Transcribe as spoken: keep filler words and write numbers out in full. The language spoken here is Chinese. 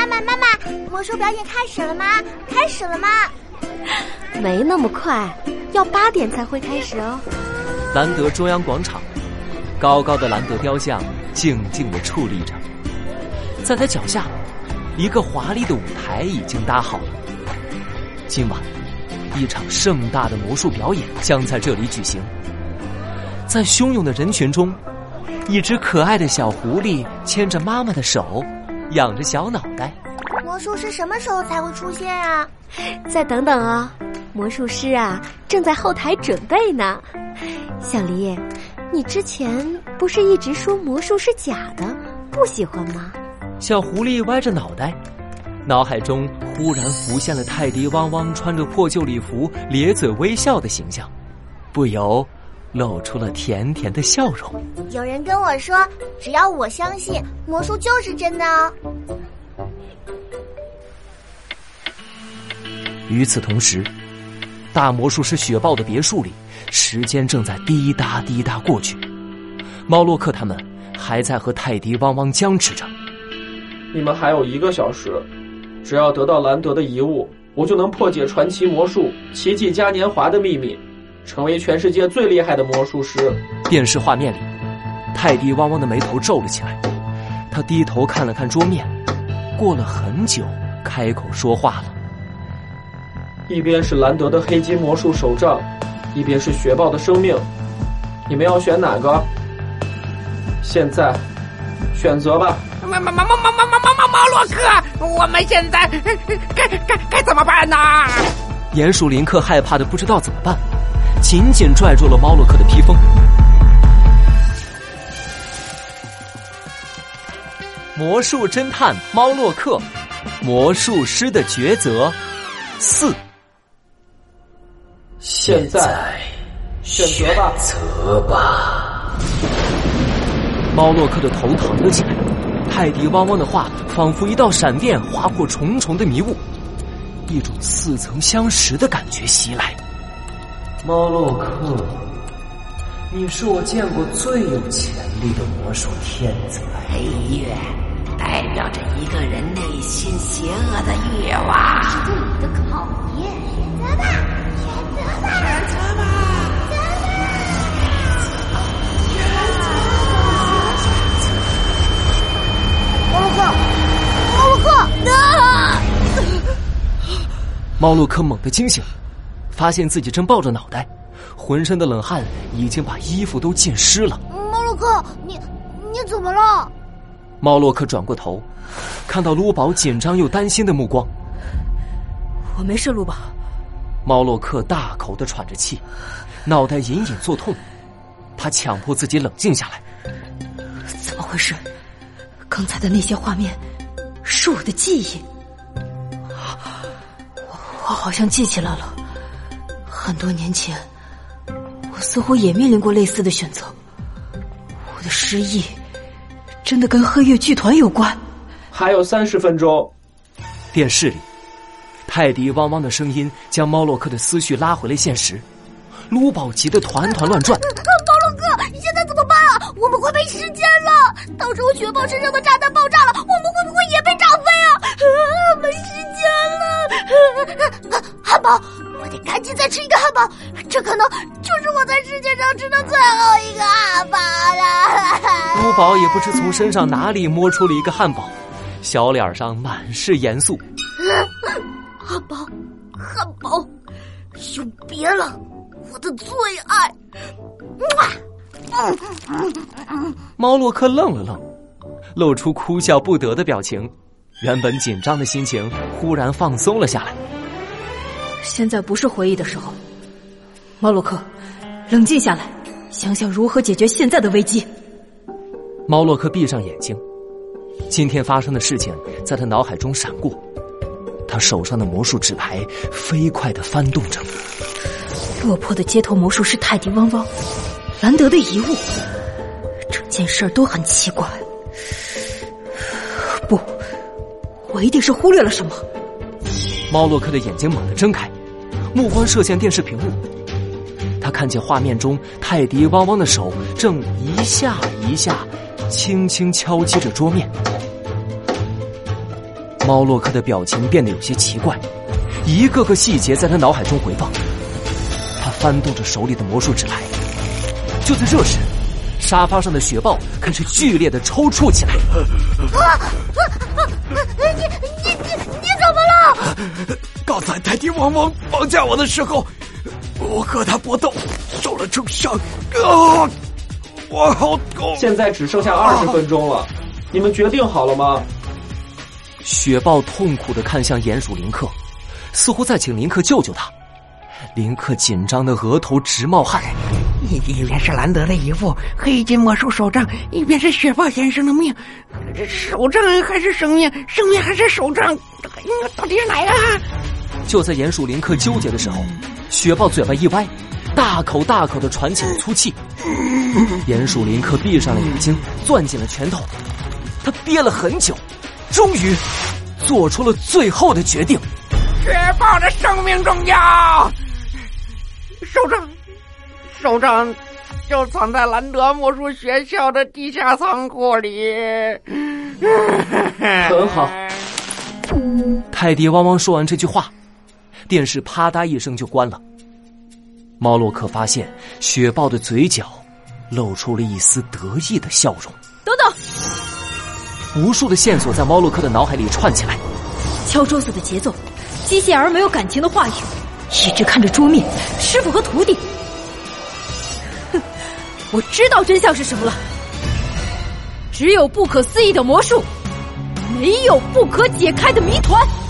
妈妈妈妈，魔术表演开始了吗？开始了吗？ 没那么快，要八点才会开始哦。 兰德中央广场，高高的兰德雕像静静地矗立着，在他脚下，一个华丽的舞台已经搭好了。今晚，一场盛大的魔术表演将在这里举行。在汹涌的人群中，一只可爱的小狐狸牵着妈妈的手，仰着小脑袋。 魔术师什么时候才会出现啊？ 再等等哦，魔术师啊，正在后台准备呢。小黎，你之前不是一直说魔术是假的，不喜欢吗？ 小狐狸歪着脑袋，脑海中忽然浮现了泰迪汪汪穿着破旧礼服咧嘴微笑的形象，不由露出了甜甜的笑容。 有人跟我说，只要我相信，魔术就是真的哦。 与此同时，大魔术师雪豹的别墅里，时间正在滴答滴答过去。猫洛克他们还在和泰迪汪汪僵持着。 你们还有一个小时，只要得到兰德的遗物，我就能破解传奇魔术奇迹嘉年华的秘密，成为全世界最厉害的魔术师。 电视画面里，泰迪汪汪的眉头皱了起来，他低头看了看桌面，过了很久开口说话了。 一边是兰德的黑金魔术手杖，一边是雪豹的生命，你们要选哪个？现在选择吧。 毛毛毛毛毛毛毛毛毛洛克，我们现在该该该怎么办呢？ 鼹鼠林克害怕的不知道怎么办，紧紧拽住了猫洛克的披风。魔术侦探猫洛克，魔术师的抉择四。 现在选择吧。 选择吧。 猫洛克的头疼了起来，泰迪汪汪的话仿佛一道闪电划破重重的迷雾，一种似曾相识的感觉袭来。 猫洛克，你是我见过最有潜力的魔术天才。 黑月代表着一个人内心邪恶的欲望， 是对你的考验。选择吧，选择吧，选择吧，猫洛克，猫洛克啊！ 猫洛克猛地惊醒，发现自己正抱着脑袋，浑身的冷汗已经把衣服都浸湿了。 猫洛克，你你怎么了？ 猫洛克转过头，看到卢宝紧张又担心的目光。 我没事，卢宝。 猫洛克大口地喘着气，脑袋隐隐作痛，他强迫自己冷静下来。 怎么回事？刚才的那些画面是我的记忆，我我好像记起来了。很多年前，我似乎也面临过类似的选择。我的失忆真的跟黑月剧团有关？ 还有三十分钟。 电视里，泰迪汪汪的声音将猫洛克的思绪拉回了现实。卢宝急得团团乱转。 猫洛克，你现在怎么办啊？我们快没时间了，到时候雪豹身上的炸弹爆炸了，我们会不会也被炸飞啊？啊，没时间了。汉堡，我得赶紧再吃一个汉堡，这可能就是我在世界上吃的最后一个汉堡了。 卢宝也不知从身上哪里摸出了一个汉堡，小脸上满是严肃。 汉堡，汉堡，永别了，我的最爱。 猫洛克愣了愣，露出哭笑不得的表情，原本紧张的心情忽然放松了下来。 现在不是回忆的时候，猫洛克，冷静下来，想想如何解决现在的危机。 猫洛克闭上眼睛，今天发生的事情在他脑海中闪过，他手上的魔术纸牌飞快地翻动着。 落魄的街头魔术师泰迪汪汪，兰德的遗物，整件事都很奇怪。不，我一定是忽略了什么。 猫洛克的眼睛猛地睁开，目光射向电视屏幕，他看见画面中泰迪汪汪的手正一下一下轻轻敲击着桌面。 猫洛克的表情变得有些奇怪，一个个细节在他脑海中回放。他翻动着手里的魔术纸来。就在这时，沙发上的雪豹开始剧烈的抽搐起来。 啊啊啊！你你你你怎么了？ 刚才泰迪汪汪绑架我的时候，我和他搏斗，受了重伤。啊！我好痛！ 现在只剩下二十分钟了，啊、你们决定好了吗？ 雪豹痛苦地看向鼹鼠林克，似乎在请林克救救他。林克紧张的额头直冒汗， 一一边是兰德的衣服，黑金魔术手杖，一边是雪豹先生的命，手杖还是生命，生命还是手杖，到底是哪个？ 就在鼹鼠林克纠结的时候，雪豹嘴巴一歪，大口大口的喘起了粗气。鼹鼠林克闭上了眼睛，攥紧了拳头，他憋了很久，终于做出了最后的决定。 雪豹的生命重要，手杖，手杖就藏在兰德魔术学校的地下仓库里。 很好。 泰迪汪汪说完这句话，电视啪嗒一声就关了。猫洛克发现雪豹的嘴角露出了一丝得意的笑容。 等等！ 无数的线索在猫洛克的脑海里串起来。 敲桌子的节奏，机械而没有感情的话语，一直看着桌面，师傅和徒弟。哼，我知道真相是什么了。只有不可思议的魔术，没有不可解开的谜团。